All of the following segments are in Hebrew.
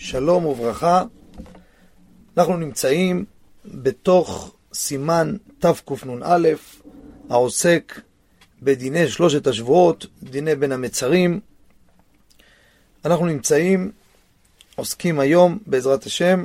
שלום וברכה. אנחנו נמצאים בתוך סימן תקנ"א העוסק בדיני שלושת השבועות, דיני בין המצרים. אנחנו נמצאים, עוסקים היום בעזרת השם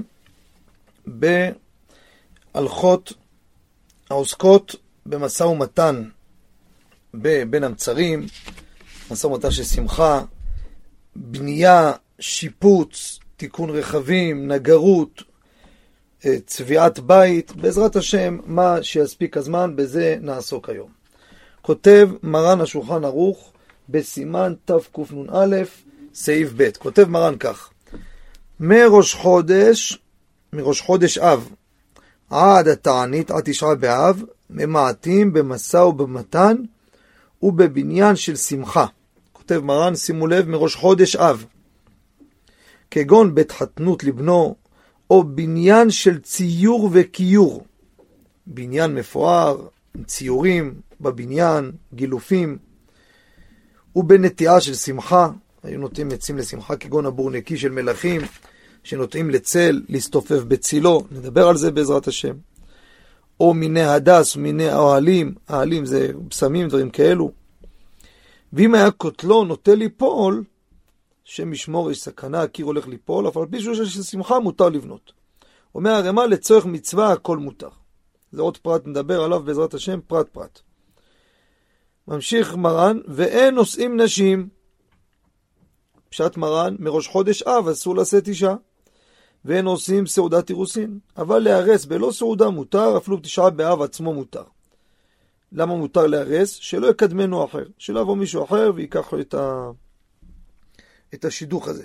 בהלכות העוסקות במשא ומתן בין המצרים, משא ומתן של שמחה, בנייה, שיפוץ, תיקון רכבים, נגרות, צביעת בית, בעזרת השם, מה שיספיק הזמן, בזה נעסוק היום. כותב מרן השולחן ערוך בסימן תקנ"א סעיף ב', כותב מרן כך: מראש חודש אב עד התענית, עד תשעה באב, ממעטים במשא ובמתן ובבניין של שמחה. כותב מרן, שימו לב, מראש חודש אב, כגון בית חתנות לבנו, או בניין של ציור וקיור, בניין מפואר, ציורים בבניין, גילופים, ובנטיעה של שמחה, היו נוטעים עצים לשמחה, כגון הבורנקי של מלכים, שנוטעים לצל, להסתופף בצילו, נדבר על זה בעזרת השם. או מיני הדס, מיני אוהלים, אוהלים זה פסמים, דברים כאלו. ואם היה קוטלו נוטה ליפול, שמשמור יש סכנה, הקיר הולך ליפול, אבל פישהו של שמחה מותר לבנות. אומר הרמ"א, לצורך מצווה הכל מותר. זה עוד פרט, נדבר עליו בעזרת השם, פרט. ממשיך מרן, ואין נושאים נשים. פשט מרן, מראש חודש אב אסור לשאת אישה, ואין עושים סעודת אירוסין, אבל להרס בלא סעודה מותר, אפילו תשעה באב עצמו מותר. למה מותר להרס? שלא יקדמנו אחר, שלא יבוא מישהו אחר ויקח לו את השידוך הזה.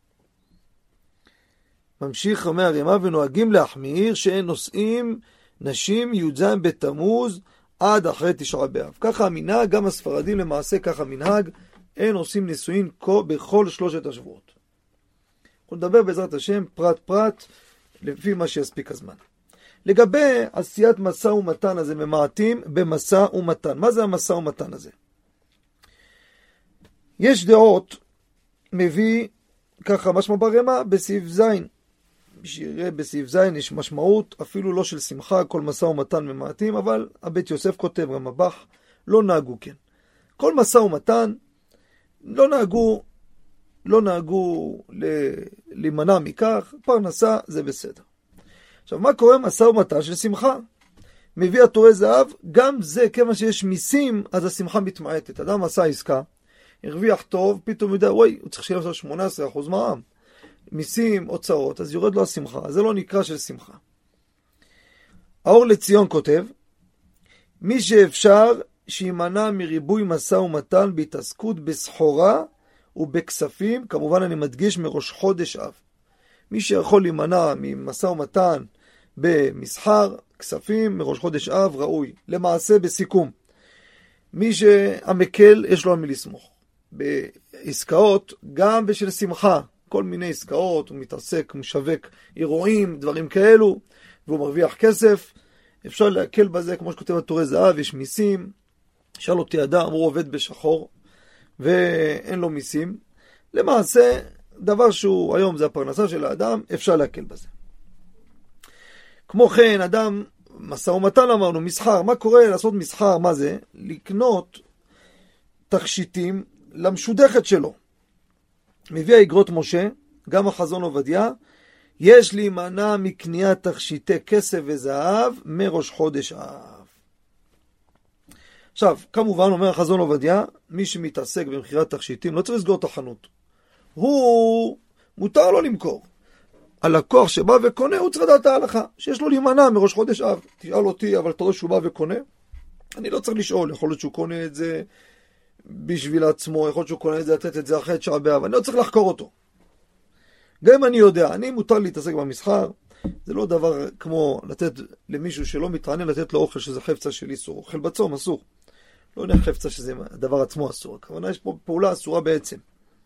ממשיך אומר הרמ"א, ונוהגים להחמיר שאין נושאים נשים י"ז בתמוז עד אחרי תשעה באב. ככה המנהג, גם הספרדים למעשה ככה מנהג, אין עושים נישואין בכל שלושת השבועות. אנחנו נדבר בעזרת השם פרט לפי מה שיספיק הזמן. לגבי עשיית משא ומתן הזה, ממעטים במשא ומתן. מה זה המשא ומתן הזה? יש דעות, מביא ככה משמע ברמ"א בסעיף ז', שיראה בסעיף ז' יש משמעות אפילו לא של שמחה, כל משא ומתן ממעטים, אבל הבית יוסף כותב, גם הבח, לא נהגו כן. כל משא ומתן לא נהגו להימנע מכך, פרנסה זה בסדר. עכשיו, מה קורה משא ומתן של שמחה? מביא התורה זהב, גם זה, כיוון שיש מיסים, אז השמחה מתמעטת. אדם עשה עסקה, הרוויח טוב, פתאום יודע, וואי, הוא צריך שיהיה לו 18% מע"מ. מיסים, הוצאות, אז יורד לו השמחה. אז זה לא נקרא של שמחה. האור לציון כותב, מי שאפשר שימנע מריבוי משא ומתן בהתעסקות בסחורה ובכספים, כמובן אני מדגיש מראש חודש אב. מי שיכול להימנע ממשא ומתן במסחר, כספים, מראש חודש אב, ראוי. למעשה בסיכום, מי שהמקל יש לו על מי לסמוך. בעסקאות, גם בשל שמחה, כל מיני עסקאות, הוא מתעסק, משווק אירועים, דברים כאלו, והוא מרוויח כסף, אפשר להקל בזה, כמו שכותב התורה זהב, יש מיסים, שאל אותי אדם, הוא עובד בשחור, ואין לו מיסים. למעשה, דבר שהוא היום זה הפרנסה של האדם, אפשר להקל בזה. כמו כן, אדם, משא ומתן אמרנו, מסחר, מה קורה לעשות מסחר? מה זה? לקנות תכשיטים למשודכת שלו. מביא האגרות משה, גם החזון עובדיה, יש להימנע מקניית תכשיטי כסף וזהב מראש חודש אב. עכשיו, כמובן אומר החזון עובדיה, מי שמתעסק במכירת תכשיטים לא צריך לסגור את החנות. הוא מותר לו למכור. הלקוח שבא וקונה, הוא צריך לדעת ההלכה, שיש לו להימנע מראש חודש אב. תשאל אותי, אבל אתה רואה שהוא בא וקונה? אני לא צריך לשאול, יכול להיות שהוא קונה את זה בשביל עצמו, יכול להיות שהוא קונה את זה, לתת את זה אחרי תשעה באב, אני לא צריך לחקור אותו. גם אם אני יודע, אני מותר להתעסק במסחר, זה לא דבר כמו לתת למישהו שלא מתעניין, לתת לו אוכל שזה חפצה של איסור, אוכל בצום אסור. לא יודע חפצה שזה הדבר עצמו אסור, הכוונה יש פה פעולה אסורה בעצם.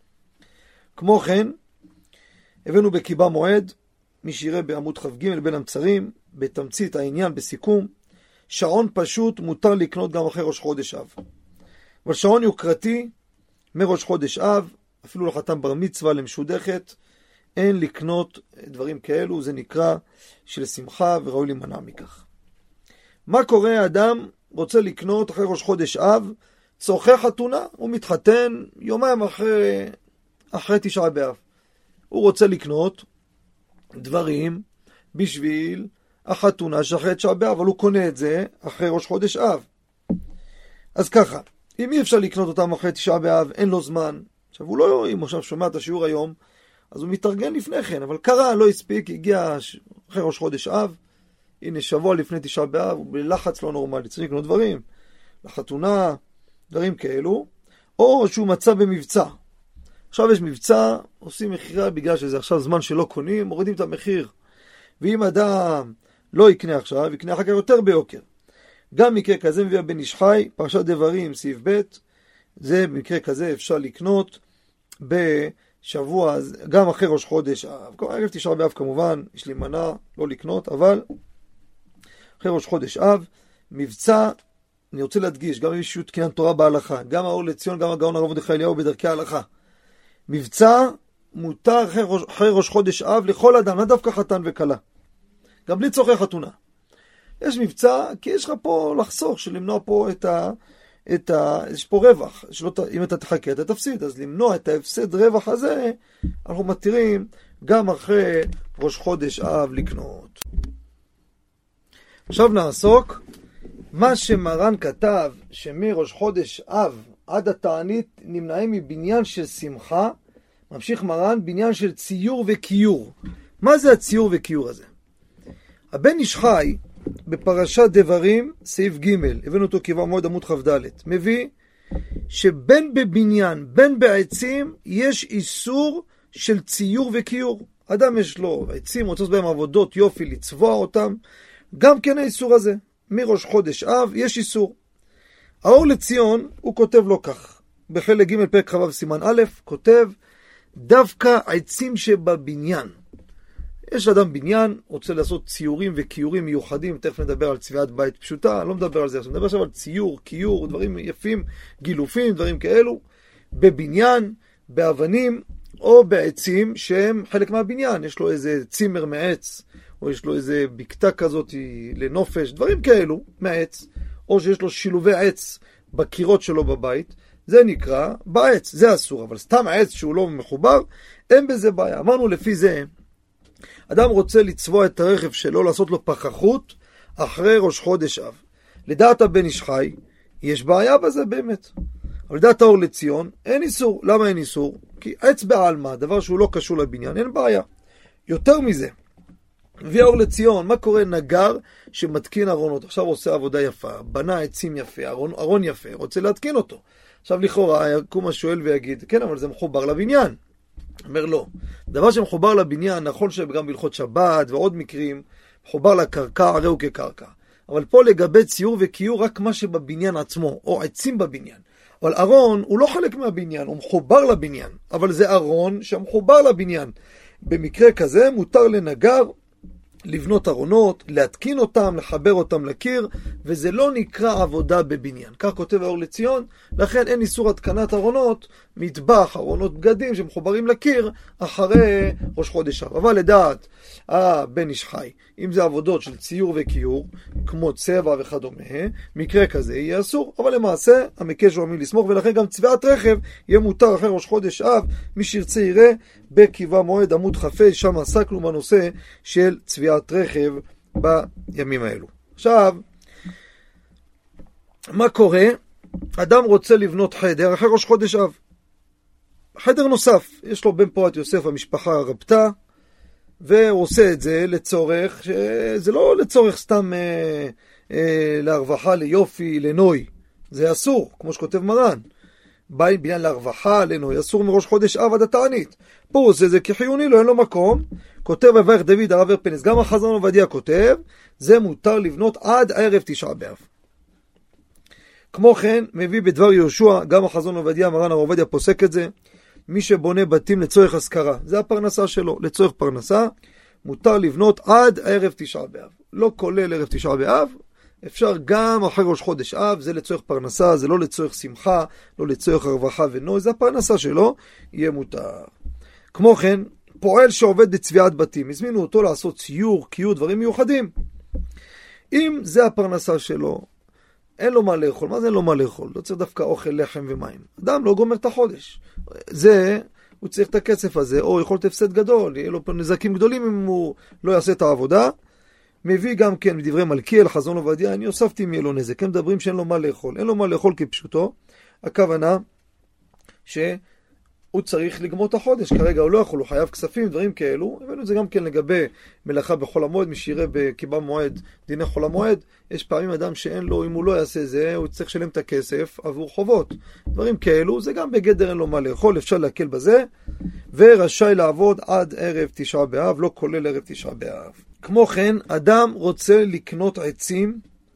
כמו כן, הבאנו בקיבה מועד, מי שיראה בעמוד כ"ג בין המצרים, בתמצית העניין בסיכום, שעון פשוט מותר לקנות גם אחרי ראש חודש אב. אבל שעון יוקרתי מראש חודש אב, אפילו לחתם בר מצווה למשודכת, אין לקנות דברים כאלו, זה נקרא של שמחה וראוי להימנע מכך. מה קורה? אדם רוצה לקנות אחרי ראש חודש אב, צורכי חתונה, הוא מתחתן יומיים אחרי תשעה באב. הוא רוצה לקנות דברים בשביל החתונה שאחרי תשעה באב, אבל הוא קונה את זה אחרי ראש חודש אב. אז ככה, אם אי אפשר לקנות אותם אחרי תשעה באב, אין לו זמן. עכשיו הוא לא, אם עכשיו שומע את השיעור היום, אז הוא מתארגן לפני כן, אבל קרה, לא הספיק, הגיע אחרי ראש חודש אב, הנה שבוע לפני תשעה באב, הוא בלחץ לא נורמלי, צריך לקנות דברים, לחתונה, דברים כאלו, או שהוא מצא במבצע. עכשיו יש מבצע, עושים מחירה בגלל שזה עכשיו זמן שלא קונים, מורידים את המחיר. ואם אדם לא יקנה עכשיו, יקנה אחר כך יותר ביוקר. גם מקרה כזה מביא הבן איש חי, פרשת דברים, סעיף ב', זה במקרה כזה אפשר לקנות בשבוע, גם אחרי ראש חודש אב. ערב תשעה באב כמובן, יש לי מנה לא לקנות, אבל אחרי ראש חודש אב, מבצע, אני רוצה להדגיש, גם אישיות קניין תורה בהלכה, גם האור לציון, גם הגאון הרב מרדכי אליהו בדרכי ההלכה. מבצע מותר אחרי ראש חודש אב לכל אדם, לא דווקא חתן וכלה. גם בלי צורכי חתונה. יש מבצע, כי יש לך פה לחסוך, שלמנוע פה יש פה רווח. אם אתה תחכה, אתה תפסיד. אז למנוע את ההפסד רווח הזה, אנחנו מתירים גם אחרי ראש חודש אב לקנות. עכשיו נעסוק, מה שמרן כתב, שמראש חודש אב עד התענית נמנעים מבניין של שמחה, ממשיך מרן, בניין של ציור וקיור. מה זה הציור וקיור הזה? הבן איש חי, בפרשת דברים, סעיף ג', הבאנו אותו כיבה מועד עמוד כ"ד, מביא שבין בבניין, בין בעצים, יש איסור של ציור וקיור. אדם יש לו עצים, רוצה לעשות בהם עבודות, יופי, לצבוע אותם, גם כן האיסור הזה. מראש חודש אב יש איסור. האור לציון, הוא כותב לו כך, בחלק ג' פרק כ"ו סימן א', כותב, דווקא עצים שבבניין. יש אדם בניין, רוצה לעשות ציורים וקיורים מיוחדים, תכף נדבר על צביעת בית פשוטה, לא מדבר על זה, נדבר עכשיו על ציור, קיור, דברים יפים, גילופים, דברים כאלו, בבניין, באבנים, או בעצים שהם חלק מהבניין, יש לו איזה צימר מעץ, או יש לו איזה בקתה כזאת לנופש, דברים כאלו מעץ, או שיש לו שילובי עץ בקירות שלו בבית, זה נקרא בעץ, זה אסור, אבל סתם עץ שהוא לא מחובר, אין בזה בעיה. אמרנו לפי זה, אדם רוצה לצבוע את הרכב שלו, לעשות לו פחחות, אחרי ראש חודש אב. לדעת הבן איש חי, יש בעיה בזה באמת. אבל לדעת האור לציון, אין איסור. למה אין איסור? כי עץ בעלמא, דבר שהוא לא קשור לבניין, אין בעיה. יותר מזה, מביא האור לציון, מה קורה נגר שמתקין ארונות? עכשיו עושה עבודה יפה, בנה עצים יפה, ארון יפה, רוצה להתקין אותו. עכשיו לכאורה, יקום השואל ויגיד, כן, אבל זה מחובר לבניין. אומר לא, דבר שמחובר לבניין, נכון שגם בהלכות שבת ועוד מקרים, מחובר לקרקע, הרי הוא כקרקע. אבל פה לגבי ציור וקיור, רק מה שבבניין עצמו, או עצים בבניין. אבל ארון הוא לא חלק מהבניין, הוא מחובר לבניין. אבל זה ארון שמחובר לבניין. במקרה כזה מותר לנגר לבנות ארונות, להתקין אותם, לחבר אותם לקיר, וזה לא נקרא עבודה בבניין. כך כותב האור לציון, לכן אין איסור התקנת ארונות, מטבח, ארונות בגדים שמחוברים לקיר, אחרי ראש חודש אב. אבל לדעת הבן איש חי, אם זה עבודות של ציור וקיור, כמו צבע וכדומה, מקרה כזה יהיה אסור, אבל למעשה המקש הוא עמיד לסמוך, ולכן גם צביעת רכב יהיה מותר אחרי ראש חודש אב, מי שירצה יראה בכיבה מועד עמוד חפש, שם עסקנו בנושא של צביעת רכב בימים האלו. עכשיו, מה קורה? אדם רוצה לבנות חדר אחרי ראש חודש אב. חדר נוסף, יש לו בן פורת יוסף, המשפחה רבתה, והוא עושה את זה לצורך, זה לא לצורך סתם להרווחה, ליופי, לנוי. זה אסור, כמו שכותב מרן. בניין להרווחה, לנוי, אסור מראש חודש אב עד התענית. פה הוא עושה זה כחיוני לו, אין לו מקום. כותב בברך דוד הרב הרפנס, גם החזון עובדיה כותב, זה מותר לבנות עד ערב תשעה באב. כמו כן, מביא בדבר יהושע, גם החזון עובדיה, מרן הרב עובדיה פוסק את זה, מי שבונה בתים לצורך השכרה, זה הפרנסה שלו, לצורך פרנסה, מותר לבנות עד ערב תשעה באב. לא כולל ערב תשעה באב, אפשר גם אחרי ראש חודש אב, זה לצורך פרנסה, זה לא לצורך שמחה, לא לצורך הרווחה ונוי, זה הפרנסה שלו, יהיה מותר. כמו כן, פועל שעובד בצביעת בתים, הזמינו אותו לעשות ציור, קיור, דברים מיוחדים. אם זה הפרנסה שלו, אין לו מה לאכול. מה זה אין לו מה לאכול? לא צריך דווקא אוכל, לחם ומים. אדם לא גומר את החודש. זה, הוא צריך את הכסף הזה, או יכול להיות הפסד גדול, יהיה לו נזקים גדולים אם הוא לא יעשה את העבודה. מביא גם כן מדברי מלכיאל, חזון עובדיה, אני הוספתי מי לו נזק. הם מדברים שאין לו מה לאכול. אין לו מה לאכול כפשוטו. הכוונה שהוא צריך לגמור את החודש. כרגע הוא לא יכול, הוא חייב כספים, דברים כאלו. הבאנו את זה גם כן לגבי מלאכה בחול המועד, מי שיראה בקיבה מועד, דיני חול המועד. יש פעמים אדם שאין לו, אם הוא לא יעשה זה, הוא צריך לשלם את הכסף עבור חובות. דברים כאלו, זה גם בגדר אין לו מה לאכול, אפשר להקל בזה. ורשאי לעבוד עד ערב תשעה באב, לא כולל ערב תשעה באב. כמו כן, אדם רוצה לקנות עצים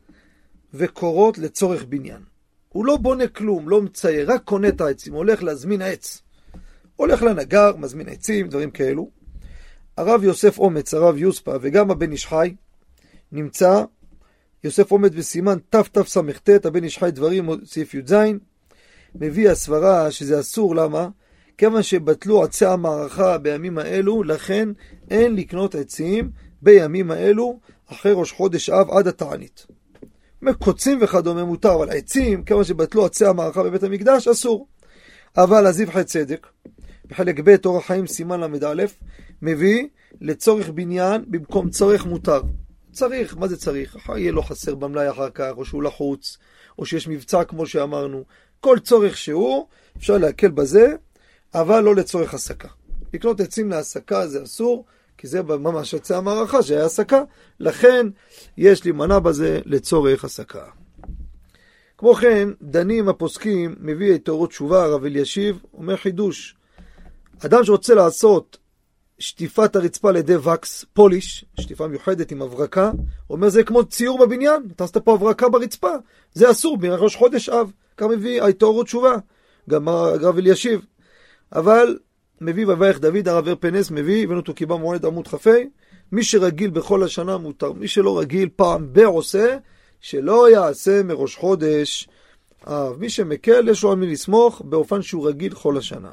וקורות לצורך בניין. הוא לא בונה כלום, לא מצייר, רק קונה את העצים, הולך להזמין עץ. הולך לנגר, מזמין עצים, דברים כאלו. הרב יוסף אומץ, הרב יוספה, וגם הבן איש חי, נמצא, יוסף אומץ בסימן תתס"ט, הבן איש חי דברים, סעיף י"ז, מביא הסברה שזה אסור, למה? כיוון שבטלו עצי המערכה בימים האלו, לכן אין לקנות עצים בימים האלו, אחרי ראש חודש אב עד התענית. מקוצים וכדומה מותר, אבל עצים, כיוון שבטלו עצי המערכה בבית המקדש, אסור. אבל הזיו צדק, בחלק ב' אורח חיים סימן למד א', מביא לצורך בניין במקום צורך מותר. צריך, מה זה צריך? יהיה לו חסר במלאי אחר כך, או שהוא לחוץ, או שיש מבצע כמו שאמרנו. כל צורך שהוא, אפשר להקל בזה, אבל לא לצורך עסקה. לקנות עצים להעסקה זה אסור, כי זה ממש עצי המערכה שהיה עסקה, לכן יש להימנע בזה לצורך עסקה. כמו כן, דנים הפוסקים, מביא את תורות תשובה, הרב אלישיב, אומר חידוש. אדם שרוצה לעשות שטיפת הרצפה לידי וקס, פוליש, שטיפה מיוחדת עם הברקה, אומר זה כמו ציור בבניין, אתה עשת פה הברקה ברצפה, זה אסור בראש חודש אב, כך מביא את תורות תשובה, גם הרב אלישיב. אבל מביא בבייך דוד, הרב פנס מביא, הבאנו אותו קיבה מועד עמוד חפי, מי שרגיל בכל השנה מותר, מי שלא רגיל פעם בעושה, שלא יעשה מראש חודש אב. מי שמקל יש לו על מי לסמוך באופן שהוא רגיל כל השנה.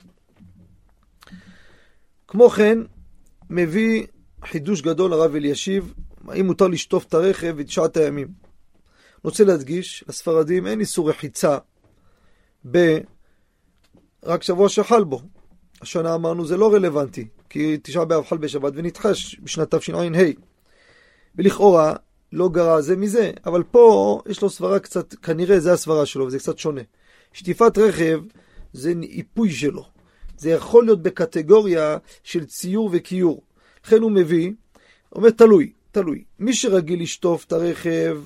כמו כן, מביא חידוש גדול הרב אלישיב, האם מותר לשטוף את הרכב בתשעת הימים. אני רוצה להדגיש, לספרדים אין איסור רחיצה רק שבוע שחל בו. השנה אמרנו זה לא רלוונטי, כי תשעה באב חל בשבת ונתחש בשנת תשע"ה. ולכאורה לא גרע זה מזה, אבל פה יש לו סברה קצת, כנראה זה הסברה שלו, וזה קצת שונה. שטיפת רכב זה איפוי שלו. זה יכול להיות בקטגוריה של ציור וקיור. לכן הוא מביא, אומר תלוי. מי שרגיל לשטוף את הרכב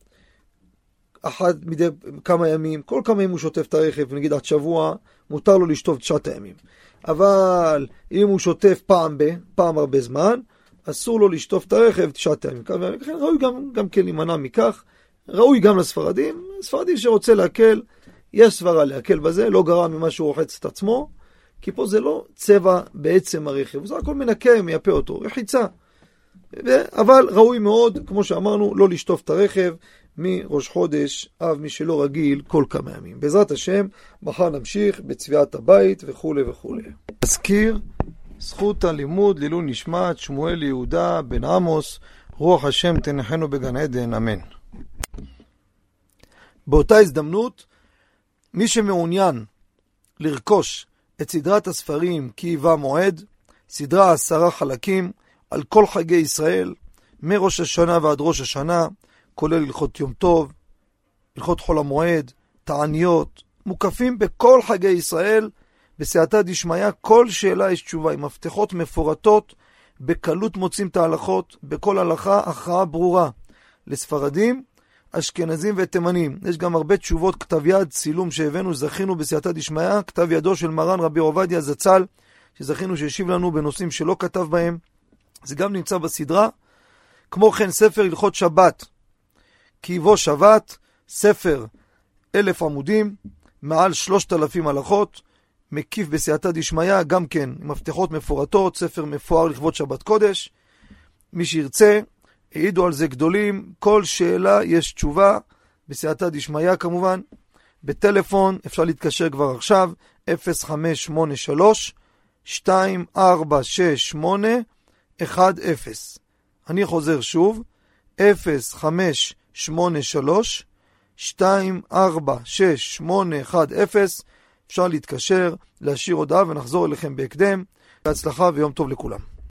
אחד מדי כמה ימים, כל כמה ימים הוא שוטף את הרכב, נגיד עד שבוע, מותר לו לשטוף 9 ימים. אבל אם הוא שוטף פעם הרבה זמן, אסור לו לשטוף את הרכב 9 ימים. לכן ראוי גם כן להימנע מכך, ראוי גם לספרדים, ספרדי שרוצה להקל, יש סברה להקל בזה, לא גרע ממה שהוא רוחץ את עצמו, כי פה זה לא צבע בעצם הרכב, זה הכל מנקה, מייפה אותו, רחיצה. אבל ראוי מאוד, כמו שאמרנו, לא לשטוף את הרכב מראש חודש אב, מי שלא רגיל, כל כמה ימים. בעזרת השם, מחר נמשיך בצביעת הבית וכו' וכו'. אזכיר, זכות הלימוד לעילוי נשמת שמואל יהודה בן עמוס, רוח השם תנחנו בגן עדן, אמן. באותה הזדמנות, מי שמעוניין לרכוש את סדרת הספרים כי היווה מועד, סדרה 10 חלקים על כל חגי ישראל, מראש השנה ועד ראש השנה, כולל הלכות יום טוב, הלכות חול המועד, תעניות, מוקפים בכל חגי ישראל, בסייעתא דשמיא, כל שאלה יש תשובה, עם מפתחות מפורטות, בקלות מוצאים את ההלכות, בכל הלכה הכרעה ברורה, לספרדים, אשכנזים ותימנים. יש גם הרבה תשובות, כתב יד, צילום שהבאנו, זכינו בסייעתא דשמיא, כתב ידו של מרן רבי עובדיה זצ"ל, שזכינו שהשיב לנו בנושאים שלא כתב בהם, זה גם נמצא בסדרה. כמו כן ספר הלכות שבת, כי היווה שבת, ספר 1000 עמודים, מעל 3000 הלכות, מקיף בסייעתא דשמיא, גם כן עם מפתחות מפורטות, ספר מפואר לכבוד שבת קודש. מי שירצה, העידו על זה גדולים, כל שאלה יש תשובה, בסייעתא דשמיא כמובן. בטלפון אפשר להתקשר כבר עכשיו, 0583 2468 10. אני חוזר שוב, 0583 2468 10. אפשר להתקשר, להשאיר הודעה ונחזור אליכם בהקדם. בהצלחה ויום טוב לכולם.